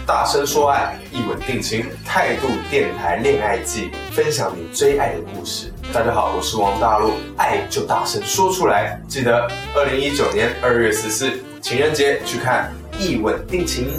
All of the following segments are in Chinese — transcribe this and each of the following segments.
大声说爱，一吻定情，态度电台恋爱季，分享你追爱的故事。大家好，我是王大陆，爱就大声说出来。记得2019年2月14日情人节去看一吻定情。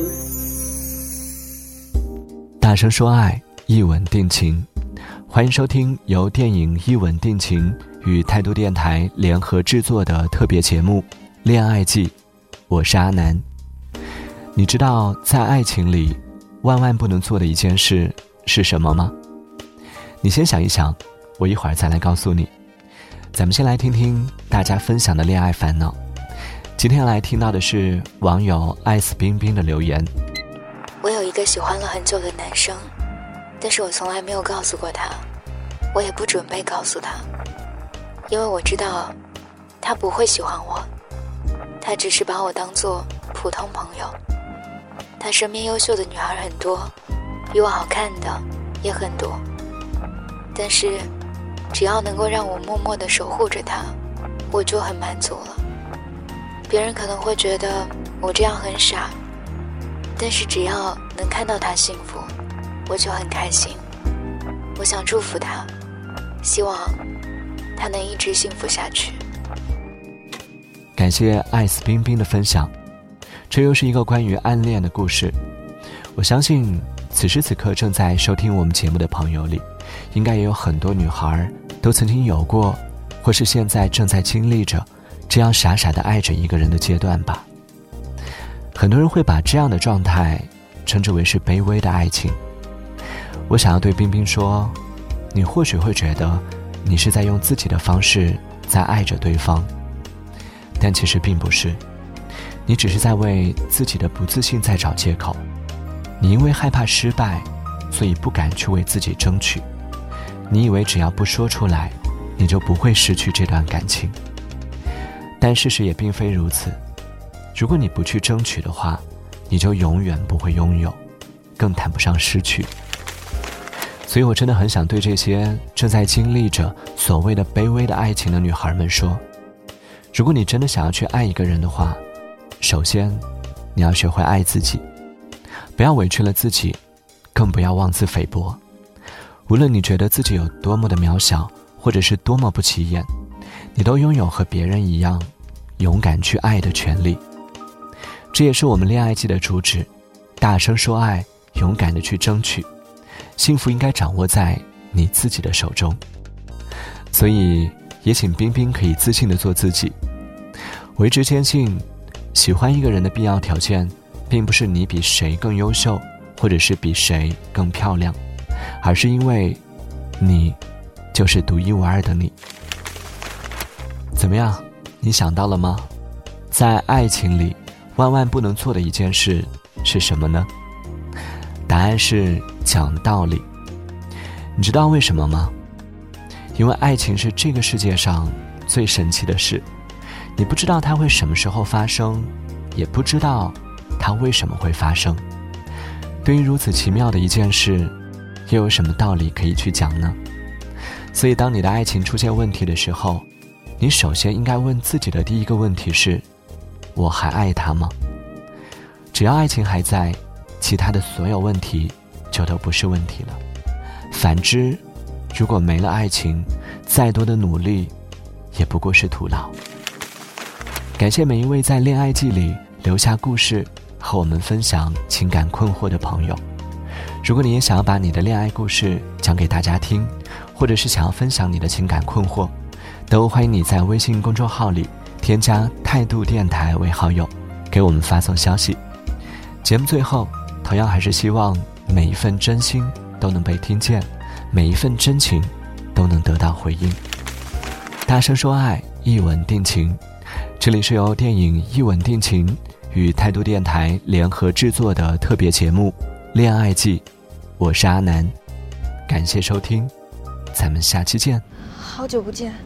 大声说爱，一吻定情。欢迎收听由电影一吻定情与态度电台联合制作的特别节目恋爱季，我是阿南。你知道在爱情里万万不能做的一件事是什么吗？你先想一想，我一会儿再来告诉你。咱们先来听听大家分享的恋爱烦恼。今天来听到的是网友爱死冰冰的留言。 我有一个喜欢了很久的男生，但是我从来没有告诉过他，我也不准备告诉他，因为我知道他不会喜欢我，他只是把我当作普通朋友。他身边优秀的女孩很多，比我好看的也很多，但是只要能够让我默默地守护着他，我就很满足了。别人可能会觉得我这样很傻，但是只要能看到他幸福，我就很开心。我想祝福他，希望他能一直幸福下去。 感谢爱死冰冰的分享，这又是一个关于暗恋的故事。我相信此时此刻正在收听我们节目的朋友里，应该也有很多女孩都曾经有过，或是现在正在经历着这样傻傻地爱着一个人的阶段吧。很多人会把这样的状态称之为是卑微的爱情。我想要对冰冰说，你或许会觉得你是在用自己的方式在爱着对方，但其实并不是。你只是在为自己的不自信在找借口。你因为害怕失败，所以不敢去为自己争取。你以为只要不说出来，你就不会失去这段感情。但事实也并非如此。如果你不去争取的话，你就永远不会拥有，更谈不上失去。所以我真的很想对这些正在经历着所谓的卑微的爱情的女孩们说，如果你真的想要去爱一个人的话，首先你要学会爱自己，不要委屈了自己，更不要妄自菲薄。无论你觉得自己有多么的渺小，或者是多么不起眼，你都拥有和别人一样勇敢去爱的权利。这也是我们恋爱季的主旨，大声说爱，勇敢的去争取。幸福应该掌握在你自己的手中。所以也请冰冰可以自信地做自己。我一直坚信，喜欢一个人的必要条件并不是你比谁更优秀，或者是比谁更漂亮，而是因为你就是独一无二的你。怎么样，你想到了吗？在爱情里万万不能做的一件事是什么呢？答案是讲道理。你知道为什么吗？因为爱情是这个世界上最神奇的事，你不知道它会什么时候发生，也不知道它为什么会发生。对于如此奇妙的一件事，又有什么道理可以去讲呢？所以当你的爱情出现问题的时候，你首先应该问自己的第一个问题是，我还爱他吗？只要爱情还在，其他的所有问题就都不是问题了。反之，如果没了爱情，再多的努力也不过是徒劳。感谢每一位在恋爱季里留下故事和我们分享情感困惑的朋友。如果你也想要把你的恋爱故事讲给大家听，或者是想要分享你的情感困惑，都欢迎你在微信公众号里添加态度电台为好友，给我们发送消息。节目最后同样还是希望每一份真心都能被听见，每一份真情都能得到回应。大声说爱，一吻定情。这里是由电影一吻定情与态度电台联合制作的特别节目恋爱季，我是阿南，感谢收听，咱们下期见。 好久不见。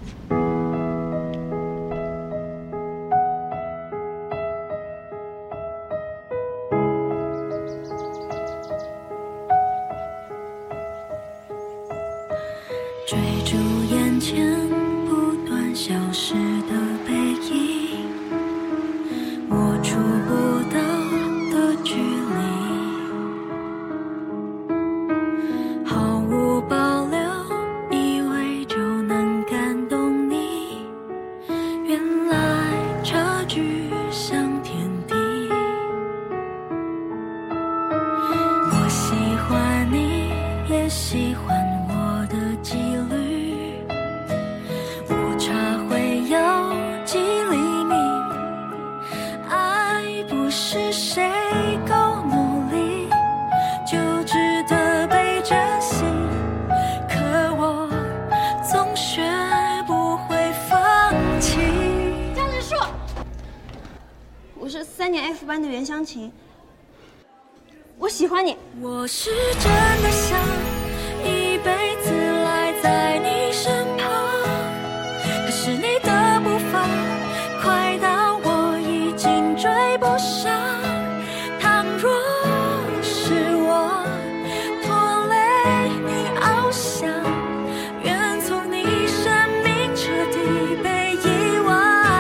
追逐眼前不断消失的背影，我触不到的距离， 般的袁湘琴，我喜欢你。 我是真的想一辈子赖在你身旁，可是你的步伐快到我已经追不上。倘若是我拖累你翱翔，愿从你生命彻底被遗忘。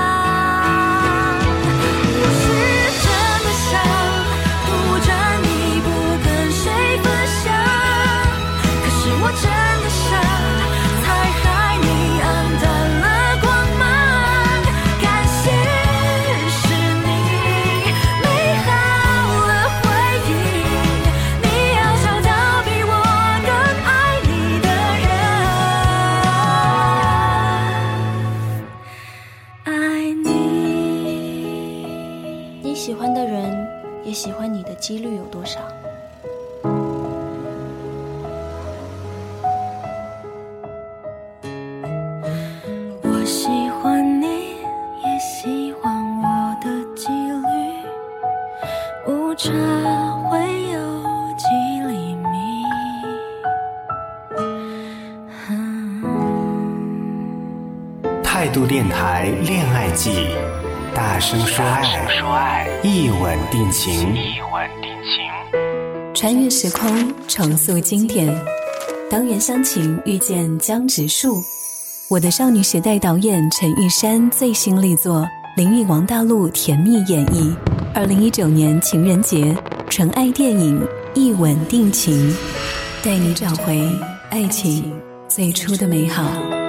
我是真的想不转你不跟谁分享，可是我真的傻，才害你黯淡了光芒。感谢是你美好了回忆，你要找到比我更爱你的人，爱你。 你喜欢的人也喜欢你的几率有多少？ 我喜欢你，也喜欢我的几率，误差会有几厘米。 态度电台恋爱季，大声说爱，一吻定情。 穿越时空，重塑经典。当袁湘琴遇见江直树，我的少女时代导演陈玉珊最新力作，林与王大陆甜蜜演绎。2019年情人节，纯爱电影《一吻定情》，带你找回爱情最初的美好。